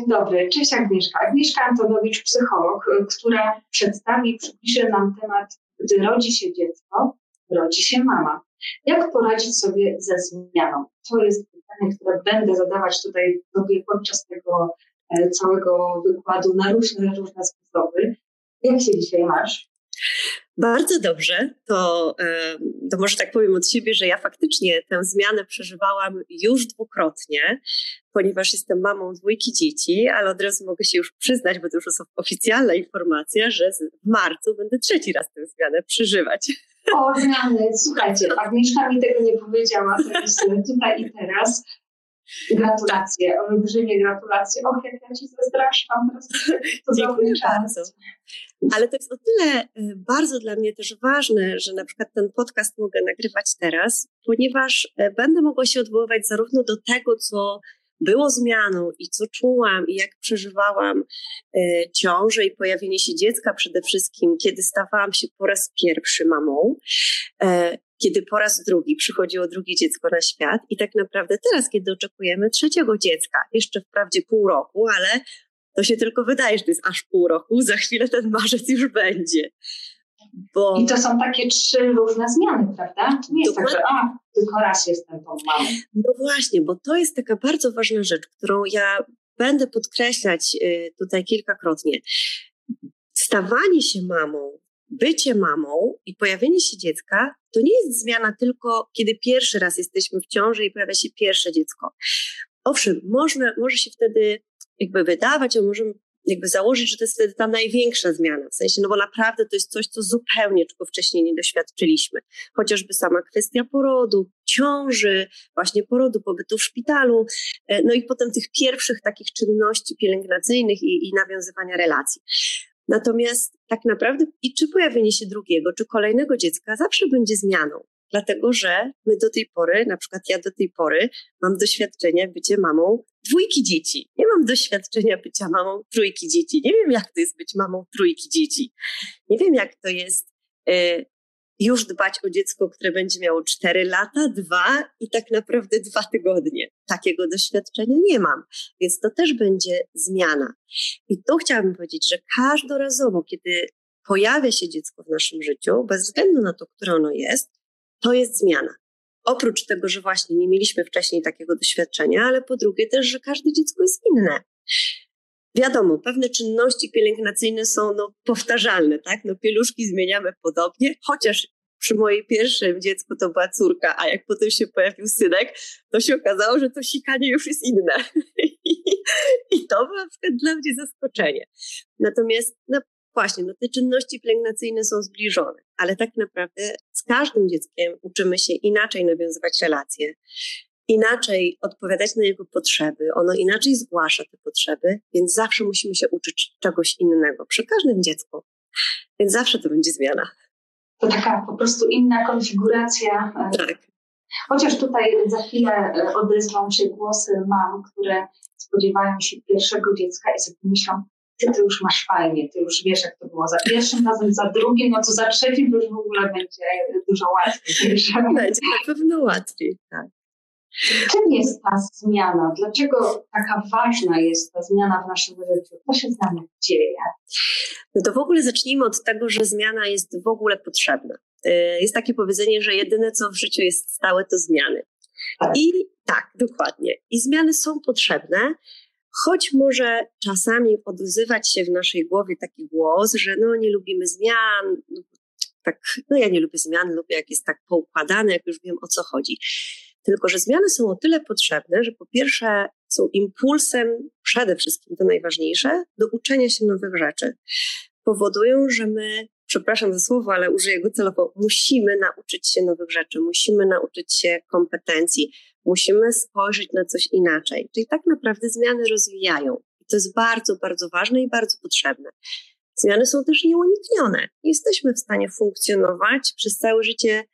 Dzień dobry, cześć Agnieszka. Agnieszka Antonowicz, psycholog, która przedstawi i przybliży nam temat, gdy rodzi się dziecko, rodzi się mama. Jak poradzić sobie ze zmianą? To jest pytanie, które będę zadawać tutaj sobie podczas tego całego wykładu na różne sposoby. Jak się dzisiaj masz? Bardzo dobrze. To może tak powiem od siebie, że ja faktycznie tę zmianę przeżywałam już dwukrotnie, ponieważ jestem mamą 2 dzieci, ale od razu mogę się już przyznać, bo to już jest oficjalna informacja, że w marcu będę 3. raz tę zmianę przeżywać. O, zmiany. Słuchajcie, Agnieszka mi tego nie powiedziała, teraz tutaj i teraz. Gratulacje, olbrzymie gratulacje. Och, jak ja Ci zazdroszczam. To dziękuję bardzo. Ale to jest o tyle bardzo dla mnie też ważne, że na przykład ten podcast mogę nagrywać teraz, ponieważ będę mogła się odwoływać zarówno do tego, co było zmianą i co czułam i jak przeżywałam ciążę i pojawienie się dziecka przede wszystkim, kiedy stawałam się po raz pierwszy mamą, kiedy po raz drugi przychodziło drugie dziecko na świat i tak naprawdę teraz, kiedy oczekujemy 3. dziecka, jeszcze wprawdzie pół roku, ale to się tylko wydaje, że to jest aż pół roku, za chwilę ten marzec już będzie. I to są takie 3 różne zmiany, prawda? Nie jest tak, że tylko raz jestem tą mamą. No właśnie, bo to jest taka bardzo ważna rzecz, którą ja będę podkreślać tutaj kilkakrotnie. Stawanie się mamą, bycie mamą i pojawienie się dziecka to nie jest zmiana tylko, kiedy pierwszy raz jesteśmy w ciąży i pojawia się pierwsze dziecko. Owszem, może się wtedy jakby wydawać, a możemy jakby założyć, że to jest wtedy ta największa zmiana. W sensie, no bo naprawdę to jest coś, co zupełnie czego wcześniej nie doświadczyliśmy. Chociażby sama kwestia porodu, ciąży, właśnie porodu, pobytu w szpitalu, no i potem tych pierwszych takich czynności pielęgnacyjnych i nawiązywania relacji. Natomiast tak naprawdę i czy pojawienie się drugiego, czy kolejnego dziecka zawsze będzie zmianą. Dlatego, że my do tej pory, na przykład ja do tej pory mam doświadczenia bycia mamą 2 dzieci. Nie mam doświadczenia bycia mamą 3 dzieci. Nie wiem, jak to jest być mamą 3 dzieci. Nie wiem, jak to jest już dbać o dziecko, które będzie miało 4 lata, 2 i tak naprawdę 2 tygodnie. Takiego doświadczenia nie mam, więc to też będzie zmiana. I tu chciałabym powiedzieć, że każdorazowo, kiedy pojawia się dziecko w naszym życiu, bez względu na to, które ono jest, to jest zmiana. Oprócz tego, że właśnie nie mieliśmy wcześniej takiego doświadczenia, ale po drugie też, że każde dziecko jest inne. Wiadomo, pewne czynności pielęgnacyjne są powtarzalne, tak? Pieluszki zmieniamy podobnie, chociaż przy mojej pierwszym dziecku to była córka, a jak potem się pojawił synek, to się okazało, że to sikanie już jest inne. I to było na przykład dla mnie zaskoczenie. Natomiast właśnie, te czynności pielęgnacyjne są zbliżone, ale tak naprawdę z każdym dzieckiem uczymy się inaczej nawiązywać relacje, inaczej odpowiadać na jego potrzeby, ono inaczej zgłasza te potrzeby, więc zawsze musimy się uczyć czegoś innego przy każdym dziecku, więc zawsze to będzie zmiana. To taka po prostu inna konfiguracja. Tak. Chociaż tutaj za chwilę odezwą się głosy mam, które spodziewają się pierwszego dziecka i sobie myślą, ty już masz fajnie, ty już wiesz, jak to było za pierwszym razem, za drugim, no to za trzecim to już w ogóle będzie dużo łatwiej. Będzie na pewno łatwiej, tak. Czym jest ta zmiana? Dlaczego taka ważna jest ta zmiana w naszym życiu? Co się z nami dzieje? No to w ogóle zacznijmy od tego, że zmiana jest w ogóle potrzebna. Jest takie powiedzenie, że jedyne, co w życiu jest stałe, to zmiany. Tak. I tak, dokładnie. I zmiany są potrzebne, choć może czasami odzywać się w naszej głowie taki głos, że nie lubimy zmian, ja nie lubię zmian, lubię jak jest tak poukładane, jak już wiem, o co chodzi. Tylko że zmiany są o tyle potrzebne, że po pierwsze są impulsem, przede wszystkim to najważniejsze, do uczenia się nowych rzeczy. Powodują, że my, przepraszam za słowo, ale użyję go celowo, musimy nauczyć się nowych rzeczy, musimy nauczyć się kompetencji, musimy spojrzeć na coś inaczej. Czyli tak naprawdę zmiany rozwijają. I to jest bardzo, bardzo ważne i bardzo potrzebne. Zmiany są też nieuniknione. Nie jesteśmy w stanie funkcjonować przez całe życie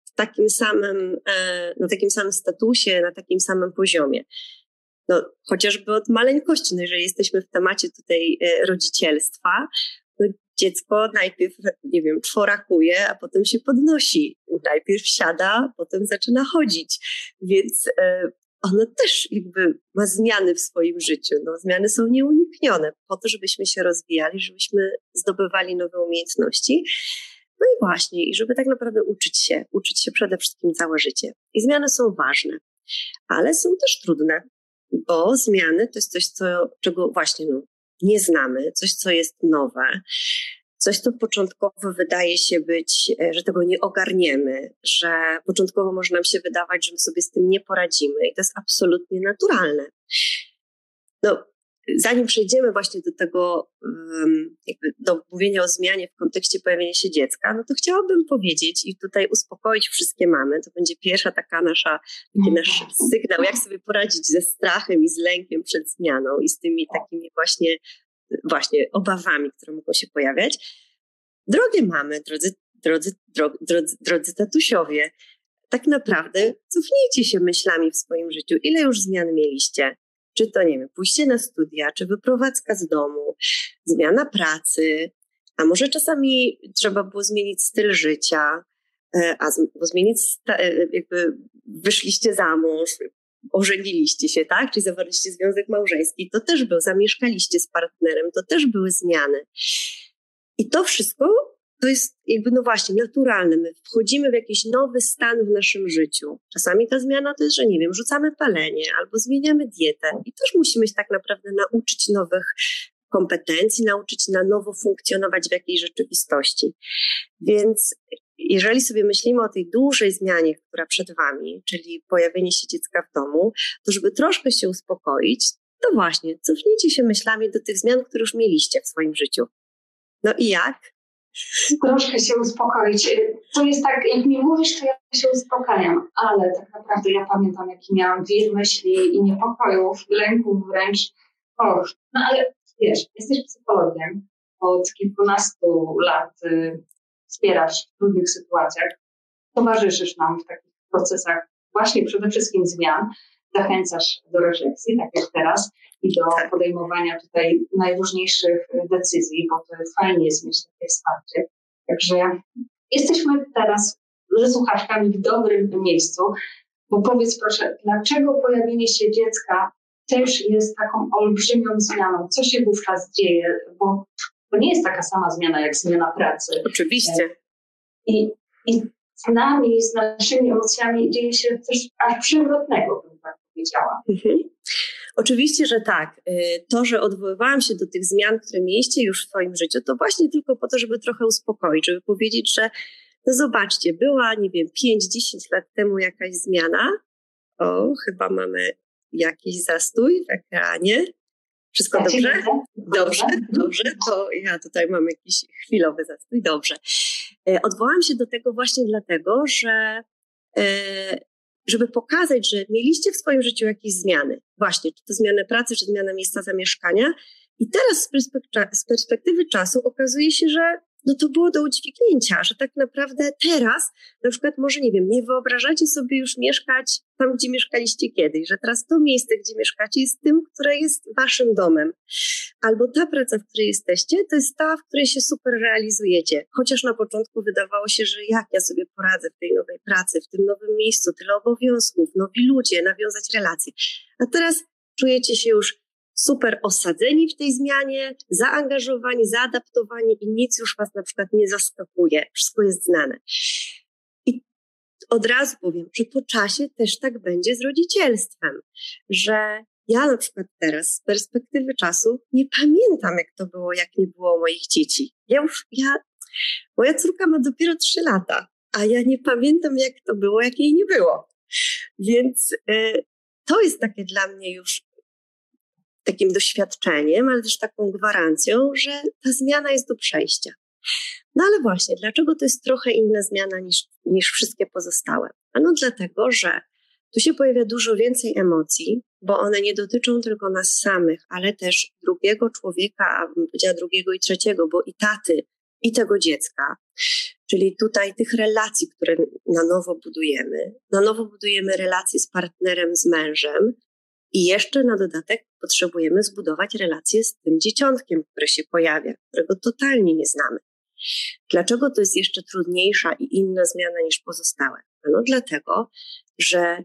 na takim samym statusie, na takim samym poziomie. Chociażby od maleńkości, jeżeli jesteśmy w temacie tutaj rodzicielstwa, dziecko najpierw, czworakuje, a potem się podnosi. Najpierw siada, potem zaczyna chodzić. Więc ono też jakby ma zmiany w swoim życiu. No, zmiany są nieuniknione po to, żebyśmy się rozwijali, żebyśmy zdobywali nowe umiejętności. No i właśnie, i żeby tak naprawdę uczyć się przede wszystkim całe życie. I zmiany są ważne, ale są też trudne, bo zmiany to jest coś, czego właśnie nie znamy, coś, co jest nowe, coś, co początkowo wydaje się być, że tego nie ogarniemy, że początkowo może nam się wydawać, że my sobie z tym nie poradzimy i to jest absolutnie naturalne. No, zanim przejdziemy właśnie do tego, jakby do mówienia o zmianie w kontekście pojawienia się dziecka, no to chciałabym powiedzieć i tutaj uspokoić wszystkie mamy, to będzie pierwsza taki nasz sygnał, jak sobie poradzić ze strachem i z lękiem przed zmianą i z tymi takimi właśnie obawami, które mogą się pojawiać. Drogie mamy, drodzy tatusiowie, tak naprawdę cofnijcie się myślami w swoim życiu. Ile już zmian mieliście? Czy to, nie wiem, pójście na studia, czy wyprowadzka z domu, zmiana pracy, a może czasami trzeba było zmienić styl życia, jakby wyszliście za mąż, ożeniliście się, tak? Czyli zawarliście związek małżeński, to też zamieszkaliście z partnerem, to też były zmiany. I to wszystko to jest jakby, no właśnie, naturalne. My wchodzimy w jakiś nowy stan w naszym życiu. Czasami ta zmiana to jest, że nie wiem, rzucamy palenie albo zmieniamy dietę i też musimy się tak naprawdę nauczyć nowych kompetencji, nauczyć na nowo funkcjonować w jakiejś rzeczywistości. Więc jeżeli sobie myślimy o tej dużej zmianie, która przed wami, czyli pojawienie się dziecka w domu, to żeby troszkę się uspokoić, to właśnie cofnijcie się myślami do tych zmian, które już mieliście w swoim życiu. No i jak? Troszkę się uspokoić. To jest tak, jak mi mówisz, to ja się uspokajam, ale tak naprawdę ja pamiętam, jaki miałam wir myśli i niepokojów, lęków wręcz. No ale wiesz, jesteś psychologiem, od kilkunastu lat wspierasz w trudnych sytuacjach, towarzyszysz nam w takich procesach właśnie przede wszystkim zmian, zachęcasz do refleksji, tak jak teraz, i do podejmowania tutaj najróżniejszych decyzji, bo to fajnie jest mieć takie wsparcie. Także jesteśmy teraz ze słuchaczkami w dobrym miejscu, bo powiedz proszę, dlaczego pojawienie się dziecka też jest taką olbrzymią zmianą? Co się wówczas dzieje? Bo to nie jest taka sama zmiana jak zmiana pracy. Oczywiście. I z nami, z naszymi emocjami dzieje się coś aż przewrotnego, bym tak powiedziała. Oczywiście, że tak. To, że odwoływałam się do tych zmian, które mieliście już w swoim życiu, to właśnie tylko po to, żeby trochę uspokoić, żeby powiedzieć, że no zobaczcie, była, nie wiem, 5-10 lat temu jakaś zmiana. Chyba mamy jakiś zastój w ekranie. Wszystko dobrze? Dobrze. To ja tutaj mam jakiś chwilowy zastój. Dobrze. Odwołam się do tego właśnie dlatego, że żeby pokazać, że mieliście w swoim życiu jakieś zmiany. Właśnie, czy to zmianę pracy, czy zmiana miejsca zamieszkania. I teraz z perspektywy czasu okazuje się, że no to było do udźwignięcia, że tak naprawdę teraz, na przykład może, nie wiem, nie wyobrażacie sobie już mieszkać tam, gdzie mieszkaliście kiedyś, że teraz to miejsce, gdzie mieszkacie, jest tym, które jest waszym domem. Albo ta praca, w której jesteście, to jest ta, w której się super realizujecie. Chociaż na początku wydawało się, że jak ja sobie poradzę w tej nowej pracy, w tym nowym miejscu, tyle obowiązków, nowi ludzie, nawiązać relacje. A teraz czujecie się już super osadzeni w tej zmianie, zaangażowani, zaadaptowani i nic już was na przykład nie zaskakuje. Wszystko jest znane. I od razu powiem, że po czasie też tak będzie z rodzicielstwem, że ja na przykład teraz z perspektywy czasu nie pamiętam, jak to było, jak nie było moich dzieci. Moja córka ma dopiero 3 lata, a ja nie pamiętam, jak to było, jak jej nie było. Więc to jest takie dla mnie już takim doświadczeniem, ale też taką gwarancją, że ta zmiana jest do przejścia. No ale właśnie, dlaczego to jest trochę inna zmiana niż wszystkie pozostałe? Ano dlatego, że tu się pojawia dużo więcej emocji, bo one nie dotyczą tylko nas samych, ale też drugiego człowieka, a bym powiedziała drugiego i trzeciego, bo i taty, i tego dziecka. Czyli tutaj tych relacji, które na nowo budujemy. Na nowo budujemy relacje z partnerem, z mężem, i jeszcze na dodatek potrzebujemy zbudować relacje z tym dzieciątkiem, które się pojawia, którego totalnie nie znamy. Dlaczego to jest jeszcze trudniejsza i inna zmiana niż pozostałe? No dlatego, że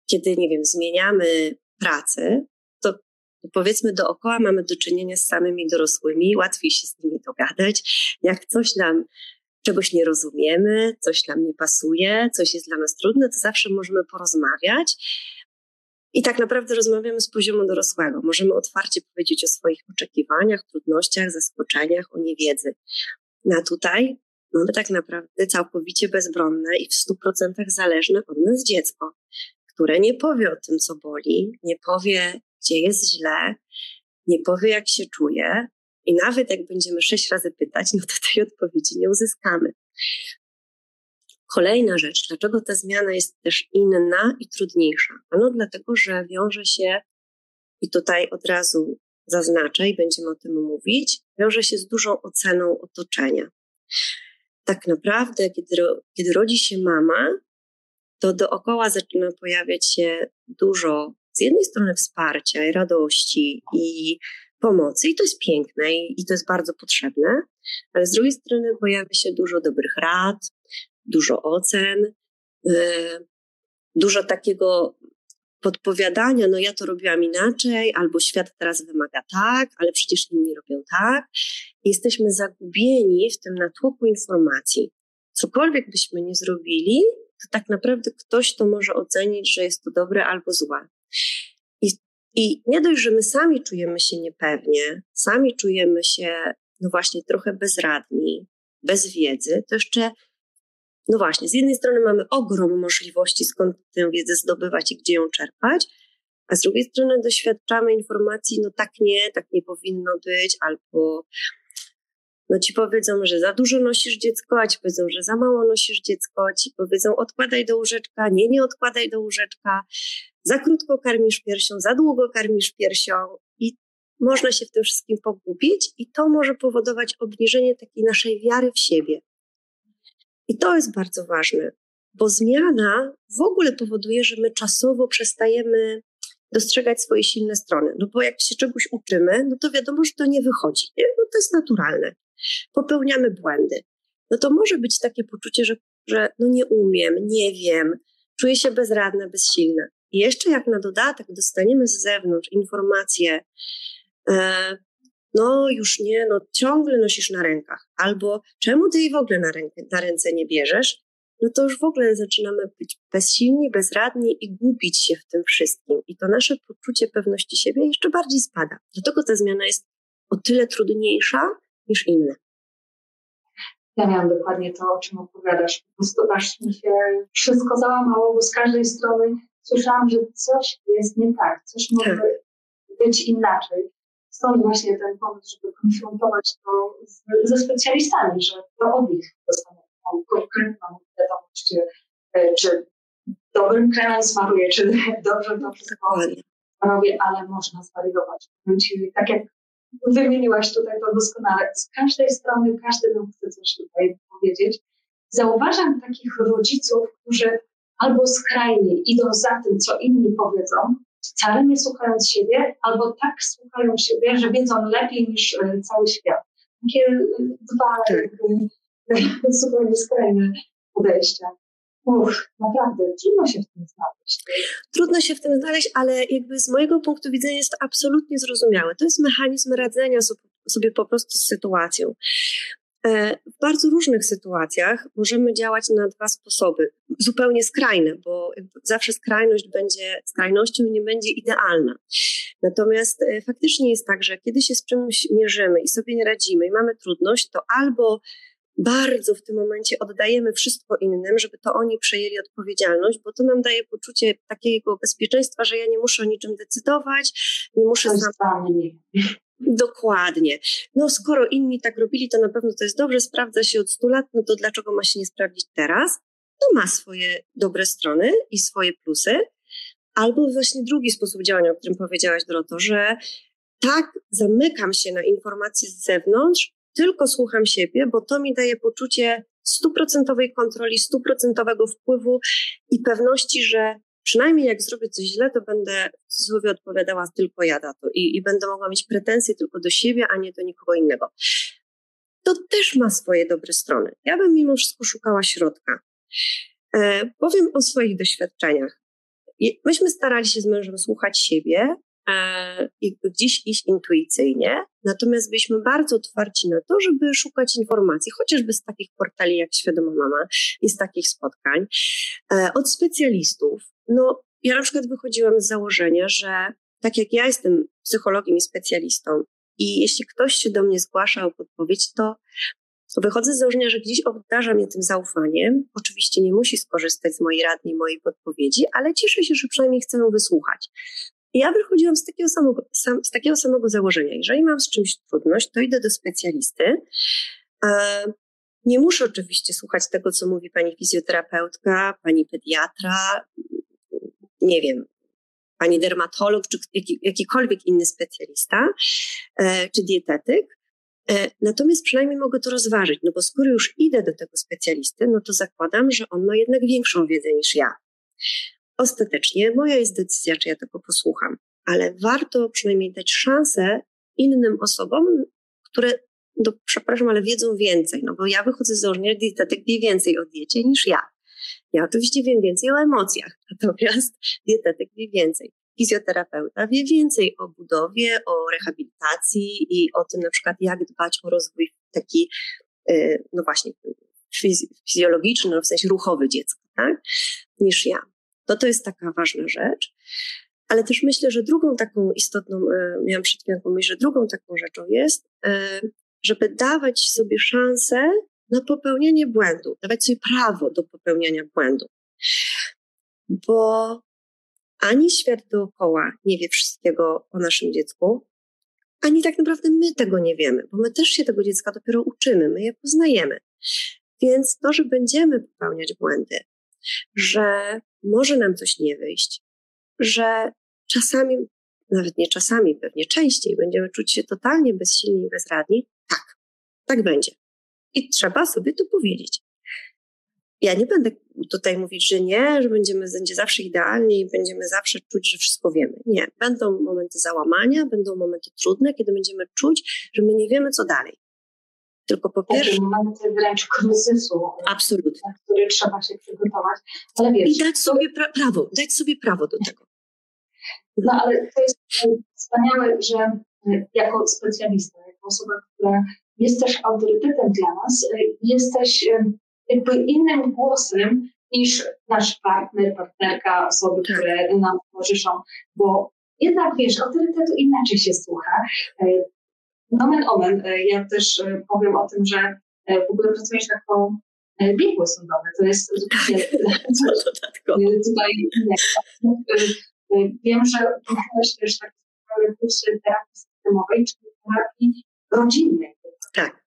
kiedy, nie wiem, zmieniamy pracę, to powiedzmy dookoła mamy do czynienia z samymi dorosłymi, łatwiej się z nimi dogadać. Jak czegoś nie rozumiemy, coś nam nie pasuje, coś jest dla nas trudne, to zawsze możemy porozmawiać. I tak naprawdę rozmawiamy z poziomu dorosłego. Możemy otwarcie powiedzieć o swoich oczekiwaniach, trudnościach, zaskoczeniach, o niewiedzy. No a tutaj mamy tak naprawdę całkowicie bezbronne i w 100% zależne od nas dziecko, które nie powie o tym, co boli, nie powie, gdzie jest źle, nie powie, jak się czuje. I nawet jak będziemy 6 razy pytać, no to tej odpowiedzi nie uzyskamy. Kolejna rzecz, dlaczego ta zmiana jest też inna i trudniejsza? Ano dlatego, że wiąże się, i tutaj od razu zaznaczę i będziemy o tym mówić, wiąże się z dużą oceną otoczenia. Tak naprawdę, kiedy rodzi się mama, to dookoła zaczyna pojawiać się dużo, z jednej strony wsparcia i radości i pomocy, i to jest piękne i to jest bardzo potrzebne, ale z drugiej strony pojawia się dużo dobrych rad, dużo ocen, dużo takiego podpowiadania, no ja to robiłam inaczej, albo świat teraz wymaga tak, ale przecież inni robią tak. I jesteśmy zagubieni w tym natłoku informacji. Cokolwiek byśmy nie zrobili, to tak naprawdę ktoś to może ocenić, że jest to dobre albo złe. I nie dość, że my sami czujemy się niepewnie, sami czujemy się, no właśnie, trochę bezradni, bez wiedzy, to jeszcze, no właśnie, z jednej strony mamy ogrom możliwości, skąd tę wiedzę zdobywać i gdzie ją czerpać, a z drugiej strony doświadczamy informacji, no tak nie powinno być, albo no ci powiedzą, że za dużo nosisz dziecko, a ci powiedzą, że za mało nosisz dziecko, ci powiedzą odkładaj do łóżeczka, nie odkładaj do łóżeczka, za krótko karmisz piersią, za długo karmisz piersią i można się w tym wszystkim pogubić i to może powodować obniżenie takiej naszej wiary w siebie. I to jest bardzo ważne, bo zmiana w ogóle powoduje, że my czasowo przestajemy dostrzegać swoje silne strony. No bo jak się czegoś uczymy, no to wiadomo, że to nie wychodzi. Nie? No to jest naturalne. Popełniamy błędy. No to może być takie poczucie, że no nie umiem, nie wiem, czuję się bezradna, bezsilna. I jeszcze jak na dodatek dostaniemy z zewnątrz informacje, no już nie, no ciągle nosisz na rękach, albo czemu ty jej w ogóle na ręce nie bierzesz, no to już w ogóle zaczynamy być bezsilni, bezradni i gubić się w tym wszystkim. I to nasze poczucie pewności siebie jeszcze bardziej spada. Dlatego ta zmiana jest o tyle trudniejsza niż inne. Ja miałam dokładnie to, o czym opowiadasz. Po prostu aż mi się wszystko załamało, bo z każdej strony słyszałam, że coś jest nie tak, coś może być inaczej. Stąd właśnie ten pomysł, żeby konfrontować to ze specjalistami, że to od nich dostanę tą konkretną wiadomość, czy dobrym kremem smaruję, czy dobrze to wszystko robię, ale można zwariować. Tak jak wymieniłaś tutaj to doskonale, z każdej strony każdy nam chce coś tutaj powiedzieć. Zauważam takich rodziców, którzy albo skrajnie idą za tym, co inni powiedzą, wcale nie słuchając siebie, albo tak słuchają siebie, że wiedzą lepiej niż cały świat. Takie dwa zupełnie skrajne podejścia. Naprawdę, trudno się w tym znaleźć. Trudno się w tym znaleźć, ale jakby z mojego punktu widzenia jest to absolutnie zrozumiałe. To jest mechanizm radzenia sobie po prostu z sytuacją. W bardzo różnych sytuacjach możemy działać na 2 sposoby, zupełnie skrajne, bo zawsze skrajność będzie skrajnością i nie będzie idealna. Natomiast faktycznie jest tak, że kiedy się z czymś mierzymy i sobie nie radzimy i mamy trudność, to albo bardzo w tym momencie oddajemy wszystko innym, żeby to oni przejęli odpowiedzialność, bo to nam daje poczucie takiego bezpieczeństwa, że ja nie muszę o niczym decydować, nie muszę sam... Dokładnie. No skoro inni tak robili, to na pewno to jest dobrze, sprawdza się od 100 lat, no to dlaczego ma się nie sprawdzić teraz? To ma swoje dobre strony i swoje plusy. Albo właśnie drugi sposób działania, o którym powiedziałaś, Doroto, że tak zamykam się na informacje z zewnątrz, tylko słucham siebie, bo to mi daje poczucie 100% kontroli, 100% wpływu i pewności, że przynajmniej jak zrobię coś źle, to będę w cudzysłowie odpowiadała tylko ja za to i będę mogła mieć pretensje tylko do siebie, a nie do nikogo innego. To też ma swoje dobre strony. Ja bym mimo wszystko szukała środka. Powiem o swoich doświadczeniach. myśmy starali się z mężem słuchać siebie, jakby gdzieś iść intuicyjnie, natomiast byliśmy bardzo otwarci na to, żeby szukać informacji, chociażby z takich portali jak Świadoma Mama i z takich spotkań, od specjalistów. No, ja na przykład wychodziłam z założenia, że tak jak ja jestem psychologiem i specjalistą i jeśli ktoś się do mnie zgłasza o podpowiedź, to wychodzę z założenia, że gdzieś obdarza mnie tym zaufaniem. Oczywiście nie musi skorzystać z mojej rady i mojej podpowiedzi, ale cieszę się, że przynajmniej chcę ją wysłuchać. I ja wychodziłam z takiego samego założenia. Jeżeli mam z czymś trudność, to idę do specjalisty. Nie muszę oczywiście słuchać tego, co mówi pani fizjoterapeutka, pani pediatra, nie wiem, pani dermatolog, czy jakikolwiek inny specjalista, czy dietetyk. Natomiast przynajmniej mogę to rozważyć, no bo skoro już idę do tego specjalisty, no to zakładam, że on ma jednak większą wiedzę niż ja. Ostatecznie moja jest decyzja, czy ja tego posłucham, ale warto przynajmniej dać szansę innym osobom, które, przepraszam, ale wiedzą więcej, no bo ja wychodzę z założenia, że dietetyk wie więcej o diecie niż ja. Ja oczywiście wiem więcej o emocjach, natomiast dietetyk wie więcej. Fizjoterapeuta wie więcej o budowie, o rehabilitacji i o tym na przykład, jak dbać o rozwój taki, no właśnie, fizjologiczny, no w sensie ruchowy dziecka, tak, niż ja. To jest taka ważna rzecz, ale też myślę, że drugą taką istotną, miałam przed chwilą myśl, że drugą taką rzeczą jest, żeby dawać sobie szansę na popełnianie błędu, dawać sobie prawo do popełniania błędu, bo ani świat dookoła nie wie wszystkiego o naszym dziecku, ani tak naprawdę my tego nie wiemy, bo my też się tego dziecka dopiero uczymy, my je poznajemy. Więc to, że będziemy popełniać błędy, że może nam coś nie wyjść, że czasami, nawet nie czasami, pewnie częściej będziemy czuć się totalnie bezsilni i bezradni, tak będzie. I trzeba sobie to powiedzieć. Ja nie będę tutaj mówić, że nie, że będzie zawsze idealnie i będziemy zawsze czuć, że wszystko wiemy. Nie. Będą momenty załamania, będą momenty trudne, kiedy będziemy czuć, że my nie wiemy, co dalej. Tylko po pierwsze... Takie momenty wręcz kryzysu, absolutnie, na który trzeba się przygotować. Ale wiesz, i dać sobie prawo do tego. No ale to jest wspaniałe, że jako specjalista, jako osoba, która jest też autorytetem dla nas, jesteś jakby innym głosem niż nasz partner, partnerka, osoby, które nam towarzyszą, bo jednak wiesz, autorytetu inaczej się słucha. Nomen omen, ja też powiem o tym, że w ogóle pracujesz jako biegły sądowe, to jest zupełnie tutaj wiem, że prowadzisz też takie kursy terapii systemowej, czyli terapii rodzinnej. Tak.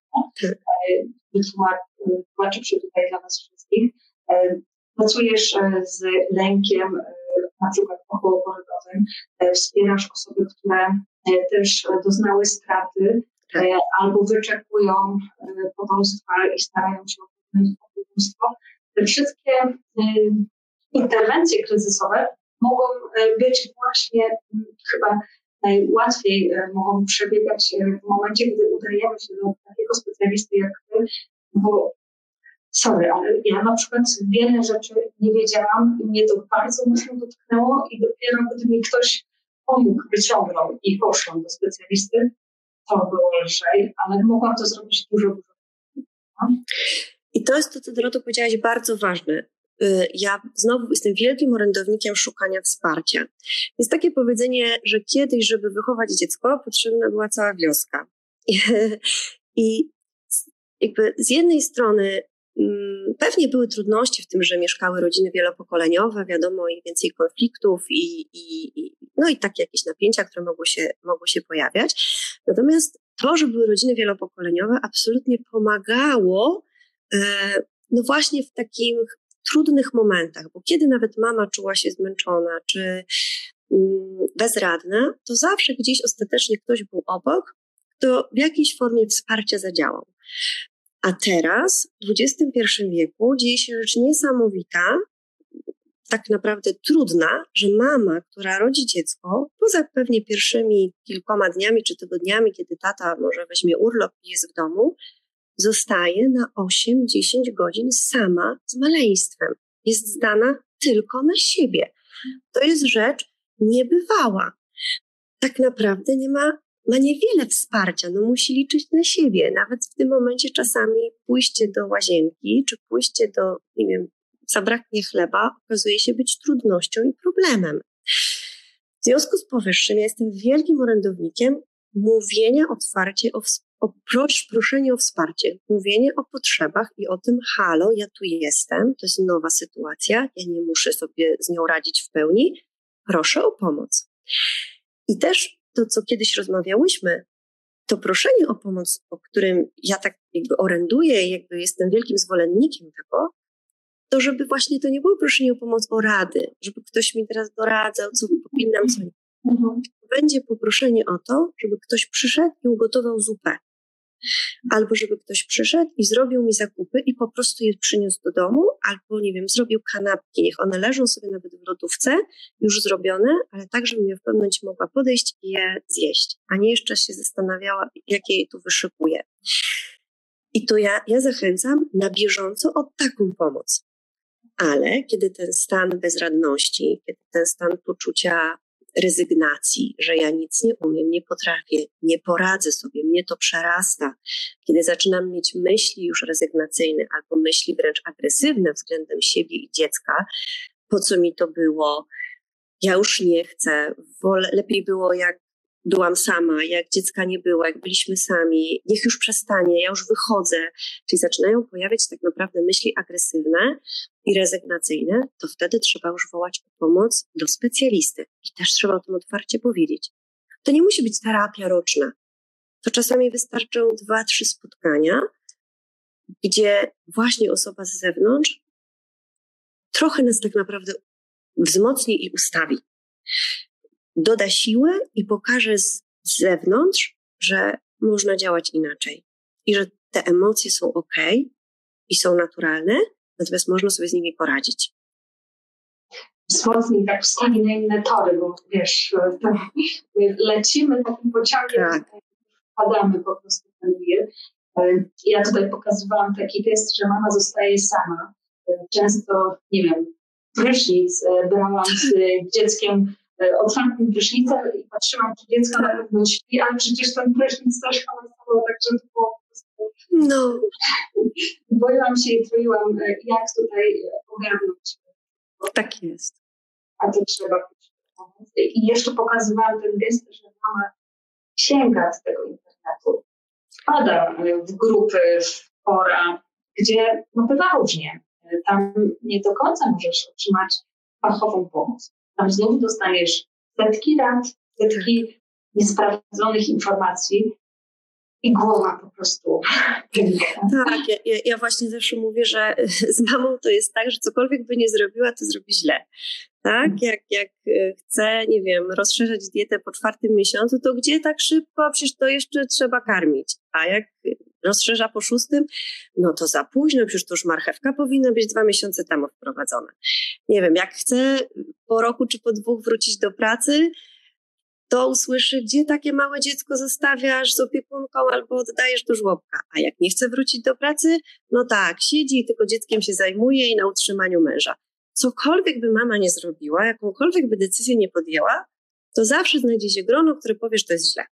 Tłumaczę się tutaj dla was wszystkich. Pracujesz z lękiem, na przykład okołoporodowym, wspierasz osoby, które też doznały straty albo wyczekują potomstwa i starają się o potomstwo. Te wszystkie interwencje kryzysowe mogą być właśnie chyba najłatwiej mogą przebiegać w momencie, gdy udajemy się do takiego specjalisty jak ty, bo sorry, ale ja na przykład wiele rzeczy nie wiedziałam i mnie to bardzo mocno dotknęło i dopiero gdy mi ktoś pomógł, wyciągnął i poszłam do specjalisty, to było lżej, ale mogłam to zrobić dużo. I to jest to, co Doroto powiedziałaś, bardzo ważne. Ja znowu jestem wielkim orędownikiem szukania wsparcia. Jest takie powiedzenie, że kiedyś, żeby wychować dziecko, potrzebna była cała wioska. I jakby z jednej strony pewnie były trudności w tym, że mieszkały rodziny wielopokoleniowe, wiadomo, i więcej konfliktów no i takie jakieś napięcia, które mogły się pojawiać. Natomiast to, że były rodziny wielopokoleniowe, absolutnie pomagało no właśnie w takich trudnych momentach, bo kiedy nawet mama czuła się zmęczona czy bezradna, to zawsze gdzieś ostatecznie ktoś był obok, kto w jakiejś formie wsparcia zadziałał. A teraz, w XXI wieku, dzieje się rzecz niesamowita, tak naprawdę trudna, że mama, która rodzi dziecko, poza pewnie pierwszymi kilkoma dniami czy tygodniami, kiedy tata może weźmie urlop i jest w domu, zostaje na 8-10 godzin sama z maleństwem. Jest zdana tylko na siebie. To jest rzecz niebywała. Tak naprawdę ma niewiele wsparcia, no musi liczyć na siebie. Nawet w tym momencie czasami pójście do łazienki, czy pójście do, nie wiem, zabraknie chleba, okazuje się być trudnością i problemem. W związku z powyższym ja jestem wielkim orędownikiem mówienia otwarcie proszenie o wsparcie, mówienie o potrzebach i o tym, halo, ja tu jestem, to jest nowa sytuacja, ja nie muszę sobie z nią radzić w pełni, proszę o pomoc. I też to, co kiedyś rozmawiałyśmy, to proszenie o pomoc, o którym ja tak jakby oręduję, jakby jestem wielkim zwolennikiem tego, to żeby właśnie to nie było proszenie o pomoc, o rady, żeby ktoś mi teraz doradzał, co powinnam, co nie. Będzie poproszenie o to, żeby ktoś przyszedł i ugotował zupę. Albo żeby ktoś przyszedł i zrobił mi zakupy i po prostu je przyniósł do domu, albo, nie wiem, zrobił kanapki. Niech one leżą sobie nawet w lodówce, już zrobione, ale tak, żebym ja w pewnym momencie mogła podejść i je zjeść, a nie jeszcze się zastanawiała, jakie je tu wyszykuję. I to ja zachęcam na bieżąco o taką pomoc. Ale kiedy ten stan bezradności, kiedy ten stan poczucia rezygnacji, że ja nic nie umiem, nie potrafię, nie poradzę sobie, mnie to przerasta, kiedy zaczynam mieć myśli już rezygnacyjne albo myśli wręcz agresywne względem siebie i dziecka, po co mi to było, ja już nie chcę, lepiej było jak byłam sama, jak dziecka nie było, jak byliśmy sami, niech już przestanie, ja już wychodzę. Czyli zaczynają pojawiać tak naprawdę myśli agresywne i rezygnacyjne, to wtedy trzeba już wołać o pomoc do specjalisty. I też trzeba o tym otwarcie powiedzieć. To nie musi być terapia roczna. To czasami wystarczą 2-3 spotkania, gdzie właśnie osoba z zewnątrz trochę nas tak naprawdę wzmocni i ustawi. Doda siłę i pokaże z zewnątrz, że można działać inaczej i że te emocje są okej i są naturalne, natomiast można sobie z nimi poradzić. Wzmocni tak wstawi na inne tory, bo wiesz, lecimy takim pociągiem, tak. wpadamy po prostu w ten wir. Ja tutaj pokazywałam taki test, że mama zostaje sama. Często, nie wiem, prysznic brałam z dzieckiem, otwartym prysznicem i patrzyłam, czy dziecko na pewno śpi, ale przecież ten prysznic też hałasował, także to było po prostu... No. Boiłam się i troiłam, jak tutaj ogarnąć. Tak jest. A to trzeba pomóc. I jeszcze pokazywałam ten gest, że mama sięga z tego internetu, wpada w grupy, w fora, gdzie no bywa różnie. Tam nie do końca możesz otrzymać fachową pomoc. Tam znowu dostaniesz setki rad, setki niesprawdzonych informacji i głowa po prostu pęka. Tak, ja właśnie zawsze mówię, że z mamą to jest tak, że cokolwiek by nie zrobiła, to zrobi źle. Tak? Jak chce, nie wiem, rozszerzać dietę po 4. miesiącu, to gdzie tak szybko? Przecież to jeszcze trzeba karmić. A jak rozszerza po 6, no to za późno, przecież to już marchewka powinna być 2 miesiące temu wprowadzona. Nie wiem, jak chce po roku czy po 2 wrócić do pracy, to usłyszy, gdzie takie małe dziecko zostawiasz z opiekunką albo oddajesz do żłobka. A jak nie chce wrócić do pracy, no tak, siedzi i tylko dzieckiem się zajmuje i na utrzymaniu męża. Cokolwiek by mama nie zrobiła, jakąkolwiek by decyzję nie podjęła, to zawsze znajdzie się grono, które powie, że to jest źle.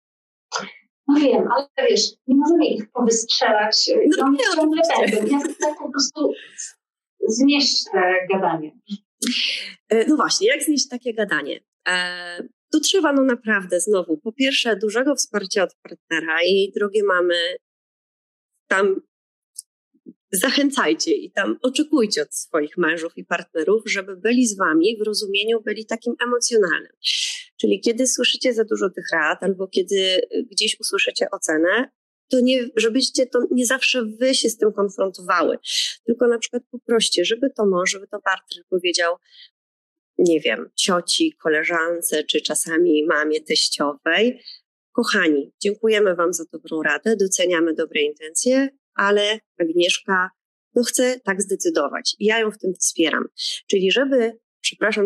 No wiem, ale wiesz, nie możemy ich powystrzelać. No nie, ciągle będą. Jak po prostu znieść te gadanie. No właśnie, jak znieść takie gadanie? Tu trzeba no naprawdę znowu, po pierwsze dużego wsparcia od partnera i drogie mamy, tam zachęcajcie i tam oczekujcie od swoich mężów i partnerów, żeby byli z wami w rozumieniu, byli takim emocjonalnym. Czyli kiedy słyszycie za dużo tych rad albo kiedy gdzieś usłyszycie ocenę, to nie, żebyście to nie zawsze wy się z tym konfrontowały, tylko na przykład poproście, żeby to mąż, żeby to partner powiedział, nie wiem, cioci, koleżance, czy czasami mamie teściowej, kochani, dziękujemy wam za dobrą radę, doceniamy dobre intencje, ale Agnieszka chce tak zdecydować i ja ją w tym wspieram. Czyli żeby, przepraszam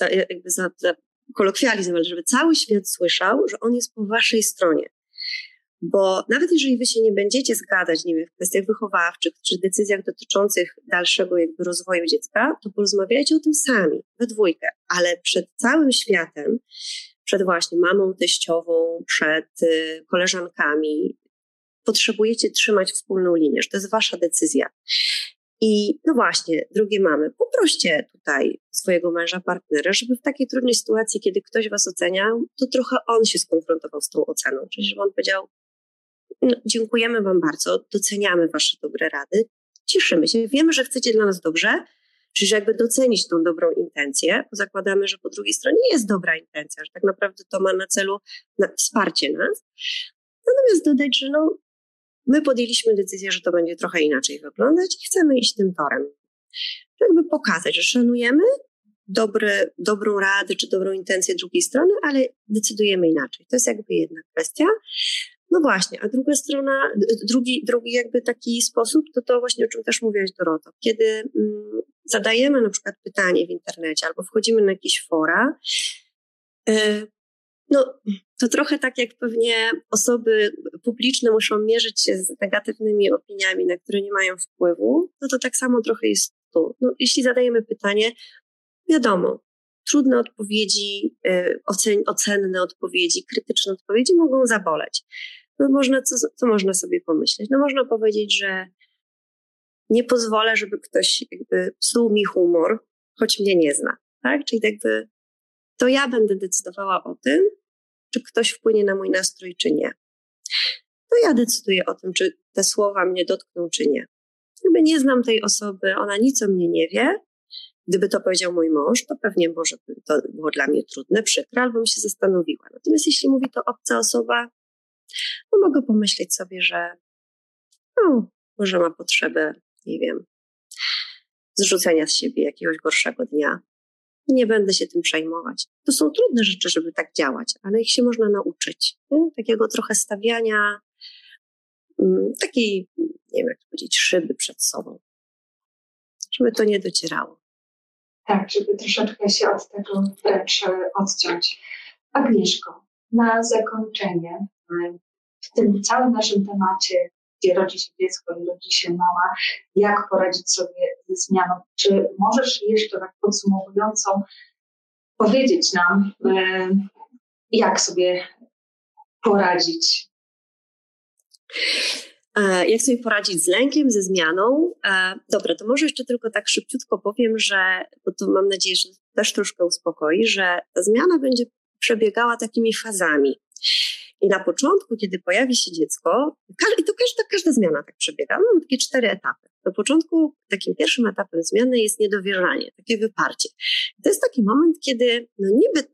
za kolokwializm, ale żeby cały świat słyszał, że on jest po waszej stronie. Bo nawet jeżeli wy się nie będziecie zgadzać, nie wiem, w kwestiach wychowawczych czy decyzjach dotyczących dalszego jakby rozwoju dziecka, to porozmawiajcie o tym sami, we dwójkę, ale przed całym światem, przed właśnie mamą, teściową, przed koleżankami, potrzebujecie trzymać wspólną linię, że to jest wasza decyzja. I no właśnie, drogie mamy, poproście tutaj swojego męża, partnera, żeby w takiej trudnej sytuacji, kiedy ktoś was oceniał, to trochę on się skonfrontował z tą oceną. Czyli żeby on powiedział, no, dziękujemy wam bardzo, doceniamy wasze dobre rady, cieszymy się, wiemy, że chcecie dla nas dobrze, czyli jakby docenić tą dobrą intencję, bo zakładamy, że po drugiej stronie jest dobra intencja, że tak naprawdę to ma na celu wsparcie nas. Natomiast dodać, że no, my podjęliśmy decyzję, że to będzie trochę inaczej wyglądać i chcemy iść tym torem. Jakby pokazać, że szanujemy dobrą radę czy dobrą intencję drugiej strony, ale decydujemy inaczej. To jest jakby jedna kwestia. No właśnie, a druga strona, drugi jakby taki sposób, to właśnie o czym też mówiłaś, Doroto. Kiedy zadajemy na przykład pytanie w internecie albo wchodzimy na jakieś fora, no to trochę tak jak pewnie osoby publiczne muszą mierzyć się z negatywnymi opiniami, na które nie mają wpływu, no to tak samo trochę jest tu. No, jeśli zadajemy pytanie, wiadomo, trudne odpowiedzi, ocenne odpowiedzi, krytyczne odpowiedzi mogą zaboleć. No co można sobie pomyśleć? No można powiedzieć, że nie pozwolę, żeby ktoś jakby psuł mi humor, choć mnie nie zna, tak? Czyli jakby to ja będę decydowała o tym, czy ktoś wpłynie na mój nastrój, czy nie. To ja decyduję o tym, czy te słowa mnie dotkną, czy nie. Jakby nie znam tej osoby, ona nic o mnie nie wie. Gdyby to powiedział mój mąż, to pewnie może by to było dla mnie trudne, przykre, albo bym się zastanowiła. Natomiast jeśli mówi to obca osoba, no mogę pomyśleć sobie, że może ma potrzebę, nie wiem, zrzucenia z siebie jakiegoś gorszego dnia. Nie będę się tym przejmować. To są trudne rzeczy, żeby tak działać, ale ich się można nauczyć. Nie? Takiego trochę stawiania takiej, nie wiem jak to powiedzieć, szyby przed sobą. Żeby to nie docierało. Tak, żeby troszeczkę się od tego wręcz odciąć. Agnieszko, na zakończenie w tym całym naszym temacie, gdzie rodzi się dziecko i rodzi się mama, jak poradzić sobie ze zmianą? Czy możesz jeszcze tak podsumowująco powiedzieć nam, jak sobie poradzić? Jak sobie poradzić z lękiem, ze zmianą? Dobra, to może jeszcze tylko tak szybciutko powiem, że, bo to mam nadzieję, że też troszkę uspokoi, że ta zmiana będzie przebiegała takimi fazami. I na początku, kiedy pojawi się dziecko, i to każda zmiana tak przebiega, mamy takie 4 etapy. Na początku takim pierwszym etapem zmiany jest niedowierzanie, takie wyparcie. To jest taki moment, kiedy no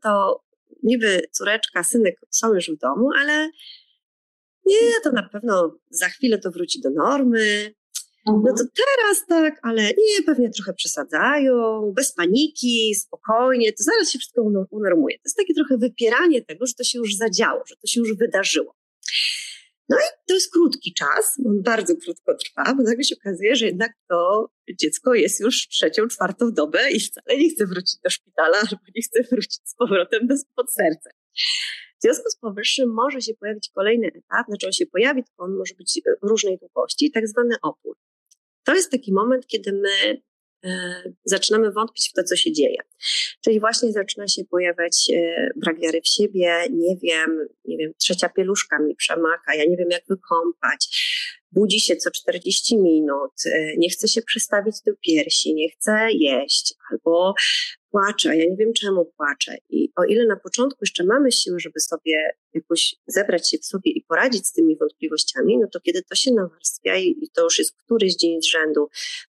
niby córeczka, synek są już w domu, ale nie, to na pewno za chwilę to wróci do normy. No to teraz tak, ale nie, pewnie trochę przesadzają, bez paniki, spokojnie, to zaraz się wszystko unormuje. To jest takie trochę wypieranie tego, że to się już zadziało, że to się już wydarzyło. No i to jest krótki czas, on bardzo krótko trwa, bo nagle się okazuje, że jednak to dziecko jest już 3., 4. dobę i wcale nie chce wrócić do szpitala, albo nie chce wrócić z powrotem pod serce. W związku z powyższym może się pojawić kolejny etap, znaczy on się pojawi, tylko on może być różnej długości, tak zwany opór. To jest taki moment, kiedy my zaczynamy wątpić w to, co się dzieje. Czyli właśnie zaczyna się pojawiać brak wiary w siebie, nie wiem, 3. pieluszka mi przemaka, ja nie wiem jak wykąpać, budzi się co 40 minut, nie chce się przystawić do piersi, nie chce jeść, albo płacze, ja nie wiem czemu płacze. I o ile na początku jeszcze mamy siły, żeby sobie jakoś zebrać się w sobie i poradzić z tymi wątpliwościami, no to kiedy to się nawarstwia i to już jest któryś dzień z rzędu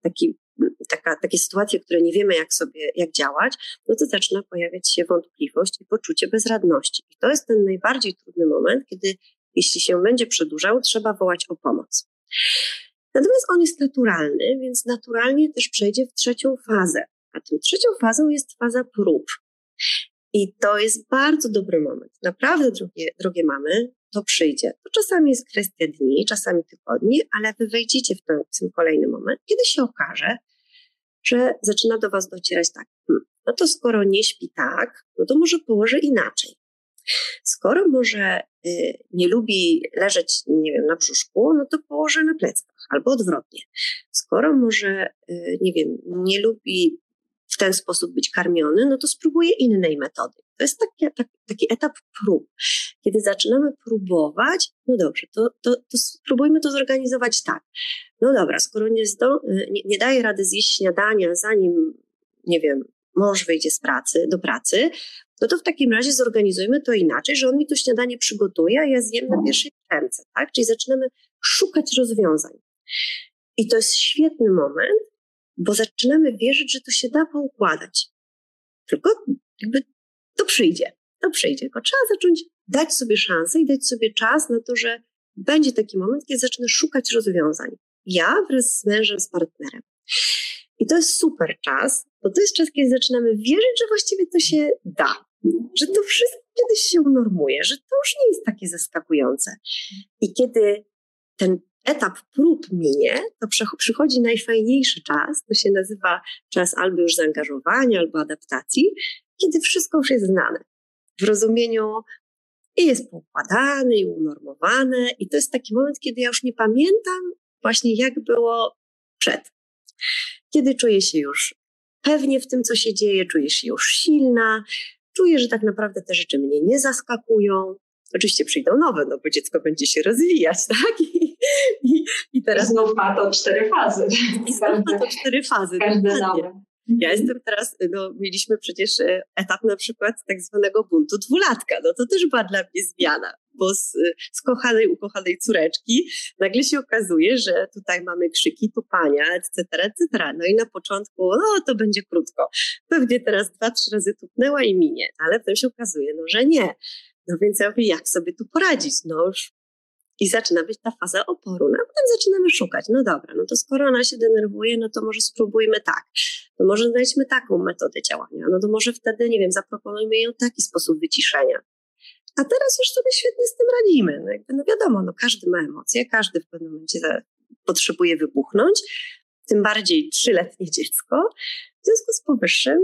takie sytuacje, które nie wiemy jak działać, no to zaczyna pojawiać się wątpliwość i poczucie bezradności. I to jest ten najbardziej trudny moment, kiedy jeśli się będzie przedłużał, trzeba wołać o pomoc. Natomiast on jest naturalny, więc naturalnie też przejdzie w 3. fazę. A tą 3. fazą jest faza prób. I to jest bardzo dobry moment. Naprawdę, drogie mamy, to przyjdzie. To czasami jest kwestia dni, czasami tygodni, ale wy wejdziecie w ten kolejny moment, kiedy się okaże, że zaczyna do was docierać tak, no to skoro nie śpi tak, no to może położę inaczej. Skoro może nie lubi leżeć, nie wiem, na brzuszku, no to położę na pleckach albo odwrotnie. Skoro może, nie wiem, nie lubi w ten sposób być karmiony, no to spróbuję innej metody. To jest taki etap prób. Kiedy zaczynamy próbować, no dobrze, to spróbujmy to zorganizować tak. No dobra, skoro nie daje rady zjeść śniadania, zanim, nie wiem, mąż wyjdzie do pracy, no to w takim razie zorganizujmy to inaczej, że on mi to śniadanie przygotuje, a ja zjem na pierwszej ręce, tak? Czyli zaczynamy szukać rozwiązań. I to jest świetny moment, bo zaczynamy wierzyć, że to się da poukładać. Tylko jakby to przyjdzie. Tylko trzeba zacząć dać sobie szansę i dać sobie czas na to, że będzie taki moment, kiedy zacznę szukać rozwiązań. Ja wraz z mężem, z partnerem. I to jest super czas, bo to jest czas, kiedy zaczynamy wierzyć, że właściwie to się da. Że to wszystko kiedyś się unormuje, że to już nie jest takie zaskakujące. I kiedy ten etap prób minie, to przychodzi najfajniejszy czas, to się nazywa czas albo już zaangażowania, albo adaptacji, kiedy wszystko już jest znane. W rozumieniu i jest poukładane, i unormowane, i to jest taki moment, kiedy ja już nie pamiętam właśnie jak było przed. Kiedy czuję się już pewnie w tym, co się dzieje, czuję się już silna, czuję, że tak naprawdę te rzeczy mnie nie zaskakują. Oczywiście przyjdą nowe, no bo dziecko będzie się rozwijać, tak? I teraz znów ma to 4 fazy. I znów ma to 4 fazy. Każde nowe. Ja jestem teraz, mieliśmy przecież etap na przykład tak zwanego buntu dwulatka. No to też była dla mnie zmiana, bo z ukochanej córeczki nagle się okazuje, że tutaj mamy krzyki, tupania, etc., etc. No i na początku, to będzie krótko. Pewnie teraz 2-3 razy tupnęła i minie, ale potem się okazuje, że nie. No więc ja mówię, jak sobie tu poradzić? No już. I zaczyna być ta faza oporu. No a potem zaczynamy szukać. No dobra, no to skoro ona się denerwuje, no to może spróbujmy tak. To może znajdźmy taką metodę działania. No to może wtedy, nie wiem, zaproponujmy jej taki sposób wyciszenia. A teraz już sobie świetnie z tym radzimy. No wiadomo, każdy ma emocje, każdy w pewnym momencie potrzebuje wybuchnąć. Tym bardziej 3-letnie dziecko. W związku z powyższym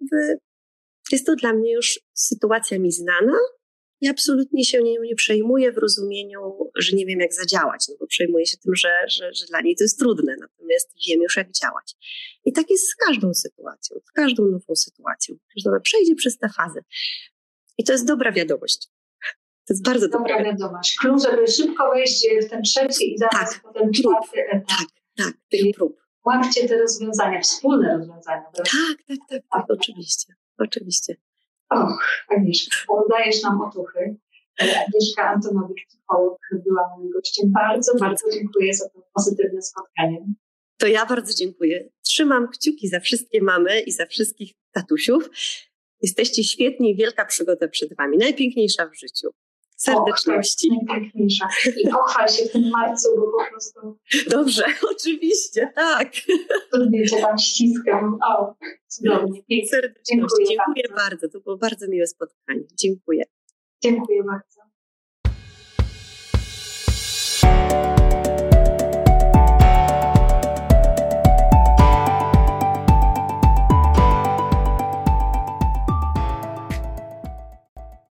jest to dla mnie już sytuacja mi znana. Ja absolutnie się nie przejmuję w rozumieniu, że nie wiem jak zadziałać, bo przejmuję się tym, że dla niej to jest trudne, natomiast wiem już jak działać. I tak jest z każdą sytuacją, z każdą nową sytuacją, że ona przejdzie przez te fazy. I to jest dobra wiadomość. To jest bardzo dobra wiadomość. Klucz, żeby szybko wejść w ten 3. i zaraz potem 4. etap. Tak, tych prób. Łapcie te rozwiązania, wspólne rozwiązania. Tak, oczywiście. Och, Agnieszka, dajesz nam otuchy. Agnieszka Antonowicz, psycholog, była moim gościem. Bardzo, bardzo dziękuję za to pozytywne spotkanie. To ja bardzo dziękuję. Trzymam kciuki za wszystkie mamy i za wszystkich tatusiów. Jesteście świetni i wielka przygoda przed wami. Najpiękniejsza w życiu. Serdeczności. Najpiękniejsza. I pochwal się w tym marcu, bo po prostu... Dobrze, oczywiście, tak. Cię tam ściskam. O, cudownie. Serdeczności. Dziękuję bardzo. To było bardzo miłe spotkanie. Dziękuję. Dziękuję bardzo.